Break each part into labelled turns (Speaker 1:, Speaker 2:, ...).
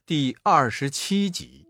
Speaker 1: 第27集。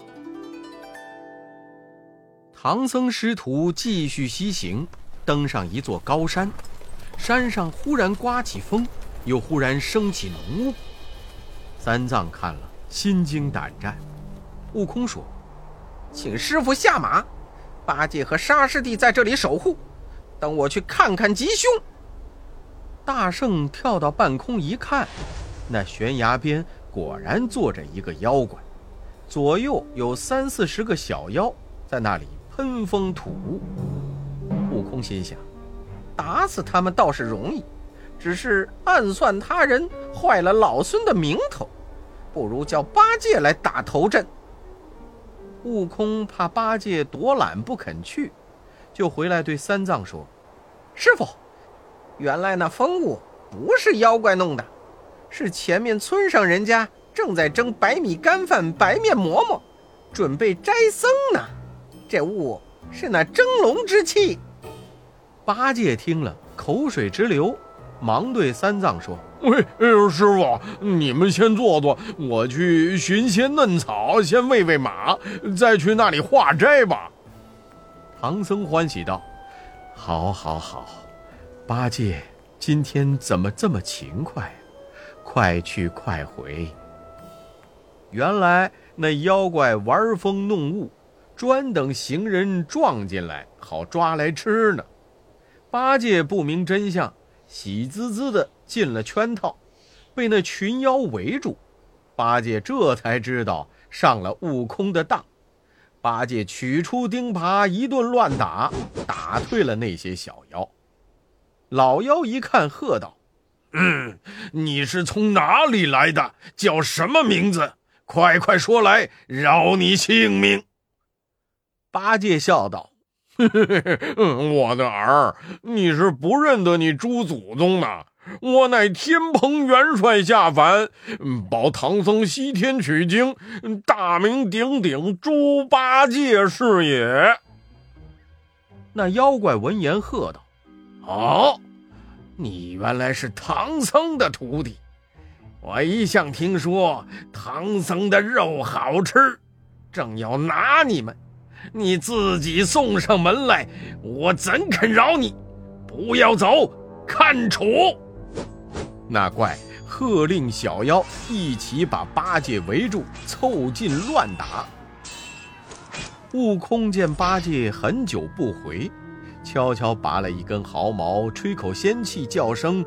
Speaker 1: 唐僧师徒继续西行，登上一座高山，山上忽然刮起风，又忽然升起浓雾。三藏看了，心惊胆战。悟空说：“
Speaker 2: 请师父下马，八戒和沙师弟在这里守护，等我去看看吉凶。”
Speaker 1: 大圣跳到半空一看，那悬崖边果然坐着一个妖怪，左右有30-40个小妖在那里喷风吐雾。悟空心想，
Speaker 2: 打死他们倒是容易，只是暗算他人，坏了老孙的名头，不如叫八戒来打头阵。
Speaker 1: 悟空怕八戒躲懒不肯去，就回来对三藏说：“
Speaker 2: 师父，原来那风雾不是妖怪弄的，是前面村上人家正在蒸白米干饭、白面馍馍，准备斋僧呢。这雾是那蒸笼之气。”
Speaker 1: 八戒听了口水直流，忙对三藏说：“
Speaker 3: 师傅，你们先坐坐，我去寻些嫩草，先喂喂马，再去那里化斋吧。”
Speaker 1: 唐僧欢喜道：“好好好，八戒今天怎么这么勤快，快去快回。”原来那妖怪玩风弄雾，专等行人撞进来，好抓来吃呢。八戒不明真相，喜滋滋的进了圈套，被那群妖围住。八戒这才知道上了悟空的当。八戒取出钉耙，一顿乱打，打退了那些小妖。老妖一看，喝道：“
Speaker 3: 你是从哪里来的？叫什么名字？快快说来，饶你性命。”
Speaker 1: 八戒笑道：“
Speaker 3: 我的儿，你是不认得你猪祖宗呢？我乃天蓬元帅下凡，保唐僧西天取经，大名鼎鼎猪八戒是也。”
Speaker 1: 那妖怪闻言喝道：“
Speaker 3: 哦，你原来是唐僧的徒弟。我一向听说唐僧的肉好吃，正要拿你们，你自己送上门来，我怎肯饶你？不要走，看处！”
Speaker 1: 那怪喝令小妖一起把八戒围住，凑近乱打。悟空见八戒很久不回，悄悄拔了一根毫毛，吹口仙气，叫声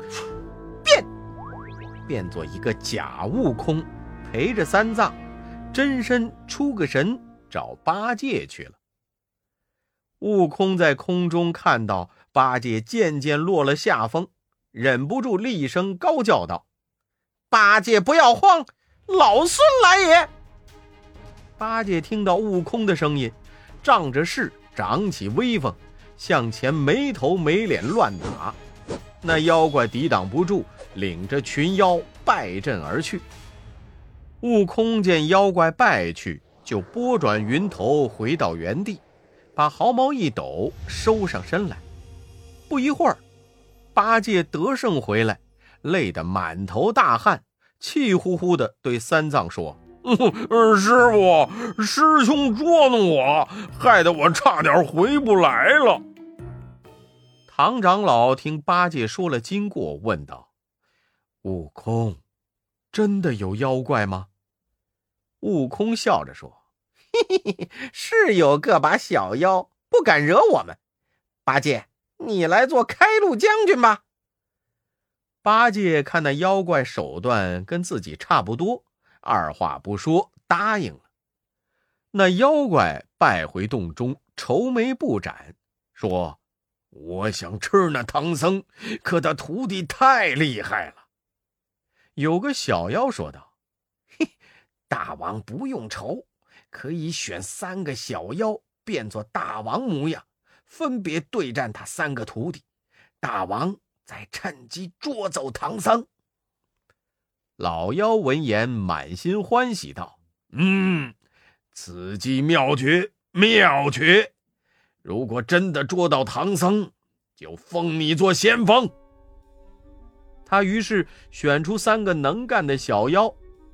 Speaker 1: 变作一个假悟空，陪着三藏真身出个神找八戒去了。悟空在空中看到八戒渐渐落了下风，忍不住厉声高叫道：“
Speaker 2: 八戒不要慌，老孙来也！”
Speaker 1: 八戒听到悟空的声音，仗着势长起威风，向前没头没脸乱打。那妖怪抵挡不住，领着群妖败阵而去。悟空见妖怪败去，就拨转云头回到原地，把毫毛一抖，收上身来。不一会儿，八戒得胜回来，累得满头大汗，气呼呼地对三藏说：“
Speaker 3: 师傅，师兄捉弄我，害得我差点回不来了。”
Speaker 1: 唐长老听八戒说了经过，问道：“悟空，真的有妖怪吗？”悟空笑着说：“
Speaker 2: 嘿嘿嘿，是有个把小妖，不敢惹我们。八戒，你来做开路将军吧。”
Speaker 1: 八戒看那妖怪手段跟自己差不多，二话不说答应了。那妖怪败回洞中，愁眉不展，说：“
Speaker 3: 我想吃那唐僧，可他徒弟太厉害了。”
Speaker 1: 有个小妖说道：“
Speaker 2: 嘿，大王不用愁，可以选3个小妖变作大王模样，分别对战他3个徒弟，大王再趁机捉走唐僧。”
Speaker 1: 老妖闻言满心欢喜道：“
Speaker 3: 此计妙绝，妙绝！如果真的捉到唐僧，就封你做先锋。”
Speaker 1: 他于是选出3个能干的小妖，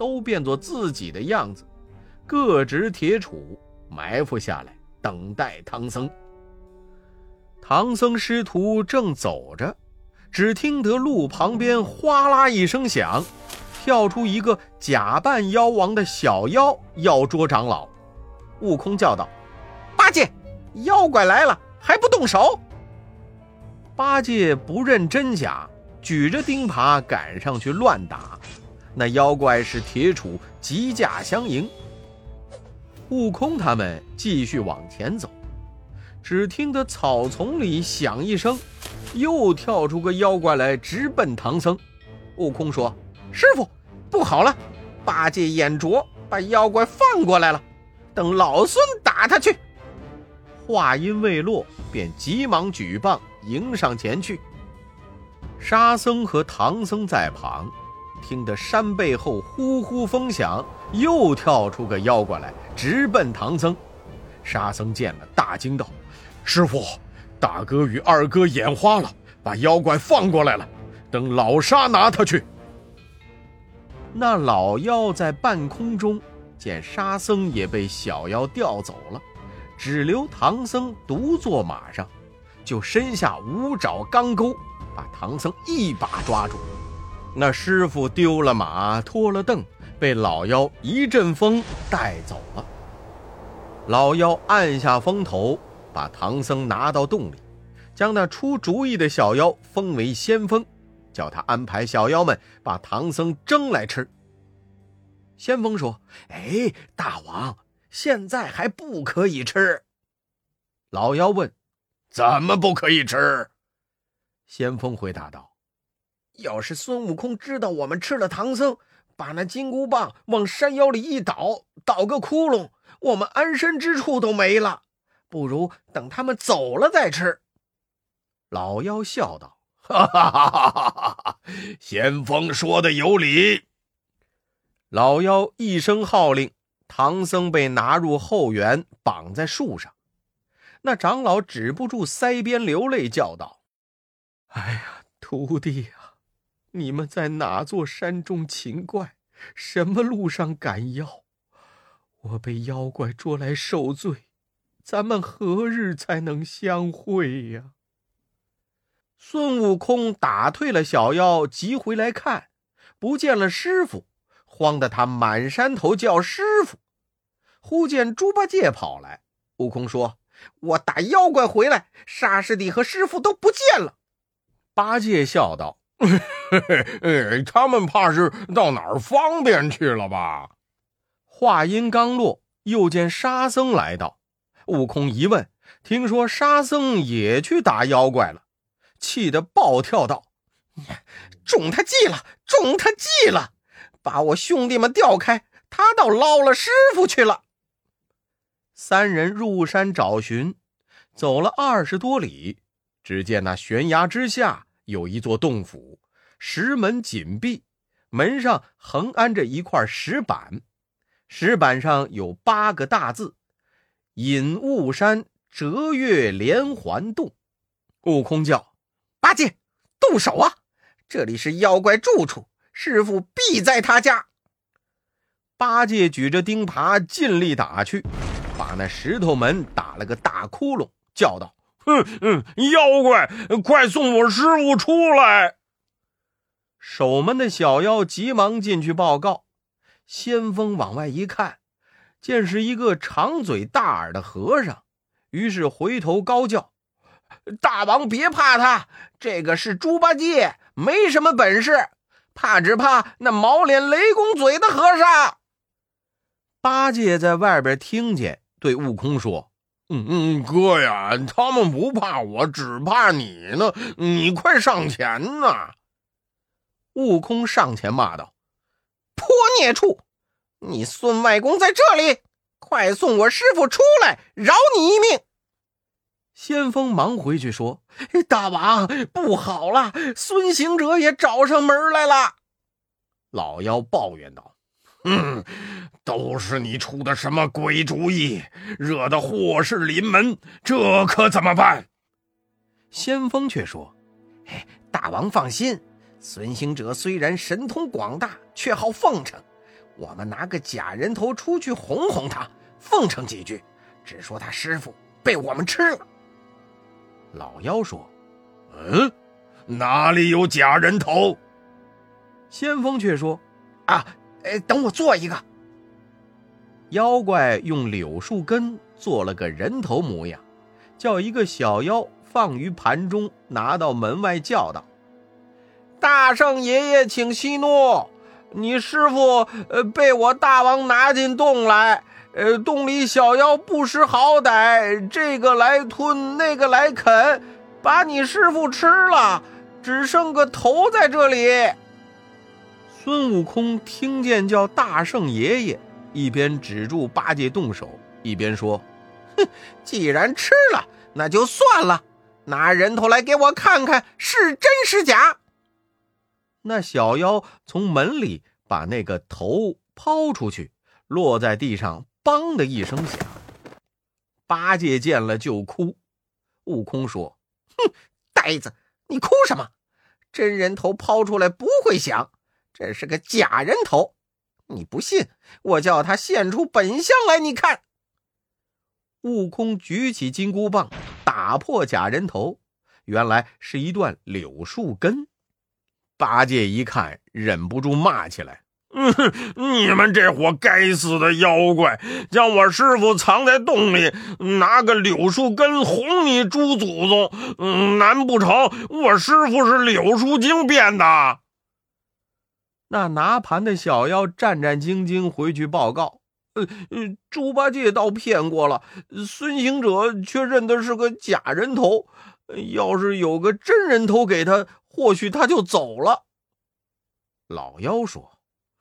Speaker 1: 都变作自己的样子，各执铁杵埋伏下来，等待唐僧。唐僧师徒正走着，只听得路旁边哗啦一声响，跳出一个假扮妖王的小妖，要捉长老。悟空叫道：
Speaker 2: 八戒，妖怪来了，还不动手？
Speaker 1: 八戒不认真假，举着钉耙赶上去乱打。那妖怪是铁杵急驾相迎。悟空他们继续往前走，只听得草丛里响一声，又跳出个妖怪来，直奔唐僧。悟空说：
Speaker 2: 师傅，不好了，八戒眼拙，把妖怪放过来了，等老孙打他去。
Speaker 1: 话音未落，便急忙举棒迎上前去。沙僧和唐僧在旁，听得山背后呼呼风响，又跳出个妖怪来，直奔唐僧。沙僧见了，大惊道：师傅，大哥与二哥眼花了，把妖怪放过来了，等老沙拿他去。那老妖在半空中见沙僧也被小妖调走了，只留唐僧独坐马上，就伸下五爪钢钩，把唐僧一把抓住。那师傅丢了马，脱了凳，被老妖一阵风带走了。老妖按下风头，把唐僧拿到洞里，将那出主意的小妖封为先锋，叫他安排小妖们把唐僧蒸来吃。先锋说：大王，现在还不可以吃。老妖问：怎么不可以吃？先锋回答道：
Speaker 2: 要是孙悟空知道我们吃了唐僧，把那金箍棒往山腰里一倒，倒个窟窿，我们安身之处都没了，不如等他们走了再吃。
Speaker 1: 老妖笑道：哈哈哈哈哈！先锋说的有理。老妖一声号令，唐僧被拿入后园，绑在树上。那长老止不住腮边流泪，叫道：哎呀，徒弟啊，你们在哪座山中勤怪，什么路上赶妖？我被妖怪捉来受罪，咱们何日才能相会呀？孙悟空打退了小妖，急回来看，不见了师傅，慌得他满山头叫师傅。忽见猪八戒跑来，悟空说：我打妖怪回来，沙师弟和师傅都不见了。八戒笑道：他们怕是到哪儿方便去了吧？话音刚落，又见沙僧来到。悟空一问，听说沙僧也去打妖怪了，气得暴跳道：中他计了，中他计了！把我兄弟们调开，他倒捞了师傅去了。三人入山找寻，走了20多里，只见那悬崖之下有一座洞府，石门紧闭，门上横安着一块石板，石板上有8个大字：隐雾山折月连环洞。悟空叫：八戒，动手啊！这里是妖怪住处，师傅必在他家。八戒举着钉耙尽力打去，把那石头门打了个大窟窿，叫道：妖怪，快送我师傅出来！守门的小妖急忙进去报告。先锋往外一看，见是一个长嘴大耳的和尚，于是回头高叫：大王别怕他，这个是猪八戒，没什么本事，只怕那毛脸雷公嘴的和尚。八戒在外边听见，对悟空说：哥呀，他们不怕我，只怕你呢，你快上前呐！悟空上前骂道：泼孽畜，你孙外公在这里，快送我师傅出来，饶你一命！先锋忙回去说：大王不好了，孙行者也找上门来了。老妖抱怨道：都是你出的什么鬼主意，惹得祸事临门，这可怎么办？先锋却说：大王放心，孙行者虽然神通广大，却好奉承，
Speaker 2: 我们拿个假人头出去哄哄他，奉承几句，只说他师傅被我们吃了。”
Speaker 1: 老妖说：“
Speaker 3: 哪里有假人头？”
Speaker 1: 先锋却说：“
Speaker 2: 等我做一个。”
Speaker 1: 妖怪用柳树根做了个人头模样，叫一个小妖放于盘中，拿到门外叫道：“
Speaker 2: 大圣爷爷请息怒，你师傅被我大王拿进洞来，洞里小妖不识好歹，这个来吞那个来啃，把你师傅吃了，只剩个头在这里。”
Speaker 1: 孙悟空听见叫大圣爷爷，一边指住八戒动手，一边说：“
Speaker 2: 既然吃了，那就算了，拿人头来给我看看是真是假。”
Speaker 1: 那小妖从门里把那个头抛出去，落在地上，梆的一声响。八戒见了就哭。悟空说：“
Speaker 2: 呆子，你哭什么？真人头抛出来不会响，这是个假人头。你不信，我叫他现出本相来，你看。”
Speaker 1: 悟空举起金箍棒，打破假人头，原来是一段柳树根。八戒一看，忍不住骂起来：“
Speaker 3: 你们这伙该死的妖怪，将我师傅藏在洞里，拿个柳树根哄你猪祖宗，难不成我师傅是柳树精变的？”
Speaker 1: 那拿盘的小妖战战兢兢回去报告：“猪八戒倒骗过了，孙行者却认的是个假人头，要是有个真人头给他，或许他就走了。”
Speaker 3: 老妖说：“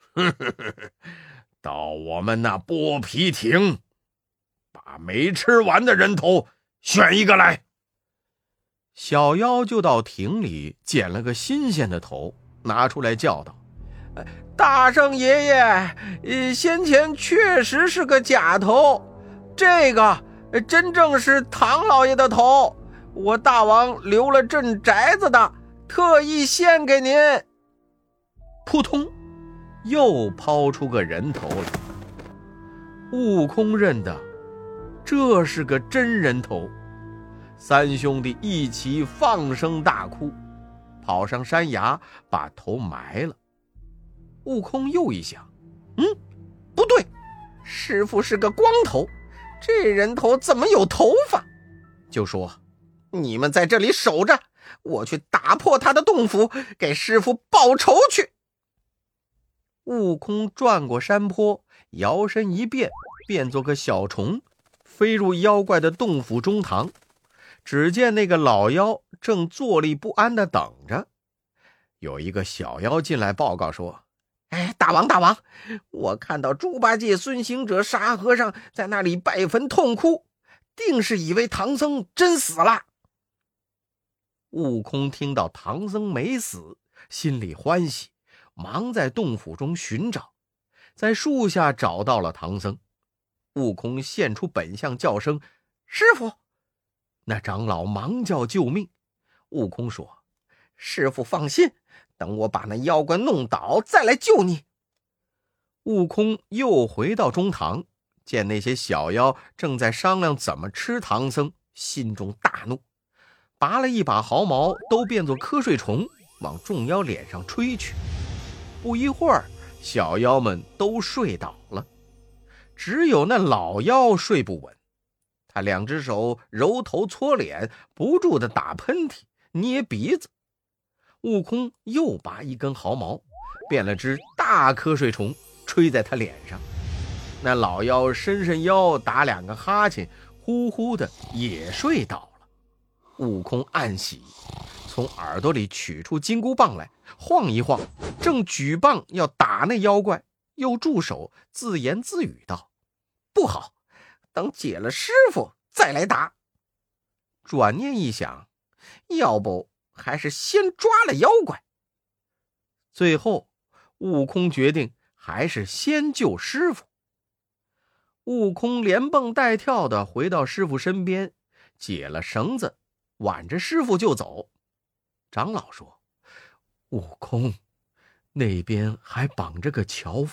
Speaker 3: 到我们那剥皮亭，把没吃完的人头选一个来。”
Speaker 1: 小妖就到亭里捡了个新鲜的头，拿出来叫道：“
Speaker 2: 大圣爷爷，先前确实是个假头，这个真正是唐老爷的头，我大王留了镇宅子的，特意献给您。”
Speaker 1: 扑通，又抛出个人头来。悟空认得这是个真人头，三兄弟一起放声大哭，跑上山崖把头埋了。悟空又一想，
Speaker 2: 不对，师傅是个光头，这人头怎么有头发？
Speaker 1: 就说：“
Speaker 2: 你们在这里守着，我去打破他的洞府，给师傅报仇去。”
Speaker 1: 悟空转过山坡，摇身一变，变作个小虫，飞入妖怪的洞府中堂。只见那个老妖正坐立不安地等着。有一个小妖进来报告说：“
Speaker 2: 大王，我看到猪八戒、孙行者、沙和尚在那里拜坟痛哭，定是以为唐僧真死了。”
Speaker 1: 悟空听到唐僧没死，心里欢喜，忙在洞府中寻找，在树下找到了唐僧。悟空现出本相，叫声：“
Speaker 2: 师傅！”
Speaker 1: 那长老忙叫救命。悟空说：“
Speaker 2: 师傅放心，等我把那妖怪弄倒，再来救你。”
Speaker 1: 悟空又回到中堂，见那些小妖正在商量怎么吃唐僧，心中大怒，拔了一把毫毛，都变作瞌睡虫，往众妖脸上吹去。不一会儿，小妖们都睡倒了，只有那老妖睡不稳。他两只手揉头搓脸，不住地打喷嚏捏鼻子。悟空又拔一根毫毛，变了只大瞌睡虫，吹在他脸上。那老妖伸伸腰，打两个哈欠，呼呼的也睡倒了。悟空暗喜，从耳朵里取出金箍棒来，晃一晃，正举棒要打那妖怪，又住手，自言自语道：“
Speaker 2: 不好，等解了师傅再来打。”
Speaker 1: 转念一想，
Speaker 2: 要不还是先抓了妖怪。
Speaker 1: 最后悟空决定还是先救师傅。悟空连蹦带跳的回到师傅身边，解了绳子，挽着师傅就走。长老说：“悟空，那边还绑着个樵夫，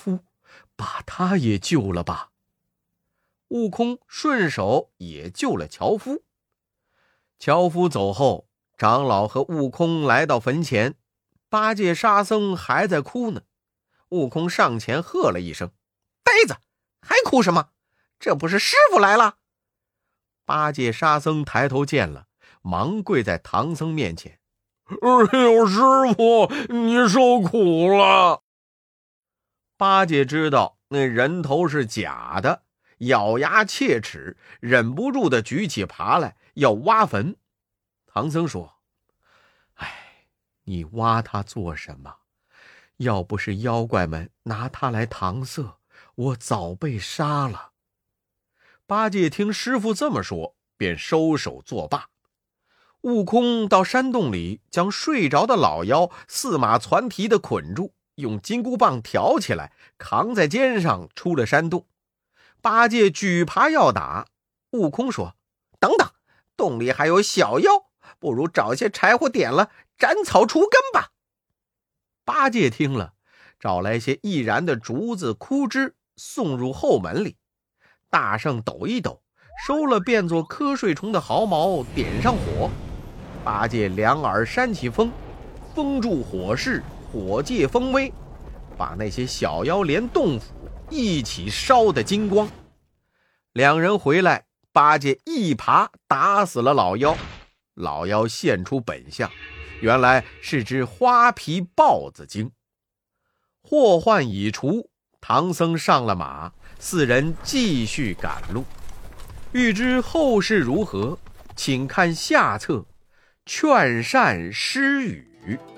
Speaker 1: 把他也救了吧。悟空顺手也救了樵夫。樵夫走后，长老和悟空来到坟前，八戒沙僧还在哭呢。悟空上前喝了一声：“
Speaker 2: 呆子，还哭什么？这不是师傅来了？”
Speaker 1: 八戒沙僧抬头见了，忙跪在唐僧面前：“
Speaker 3: 哎呦，师傅，你受苦了。”
Speaker 1: 八戒知道那人头是假的，咬牙切齿，忍不住的举起耙来要挖坟。唐僧说：“哎，你挖它做什么？要不是妖怪们拿它来搪塞，我早被杀了。”八戒听师傅这么说，便收手作罢。悟空到山洞里，将睡着的老妖四马攒蹄的捆住，用金箍棒挑起来，扛在肩上出了山洞。八戒举耙要打，悟空说：“
Speaker 2: 等等，洞里还有小妖，不如找些柴火点了，斩草除根吧。”
Speaker 1: 八戒听了，找来些易燃的竹子枯枝，送入后门里。大圣抖一抖，收了变作瞌睡虫的毫毛，点上火。八戒两耳扇起风，封住火势，火借风威，把那些小妖连洞府一起烧得精光。两人回来，八戒一耙打死了老妖。老妖现出本相，原来是只花皮豹子精。祸患已除，唐僧上了马，四人继续赶路。欲知后事如何，请看下册《劝善施语》。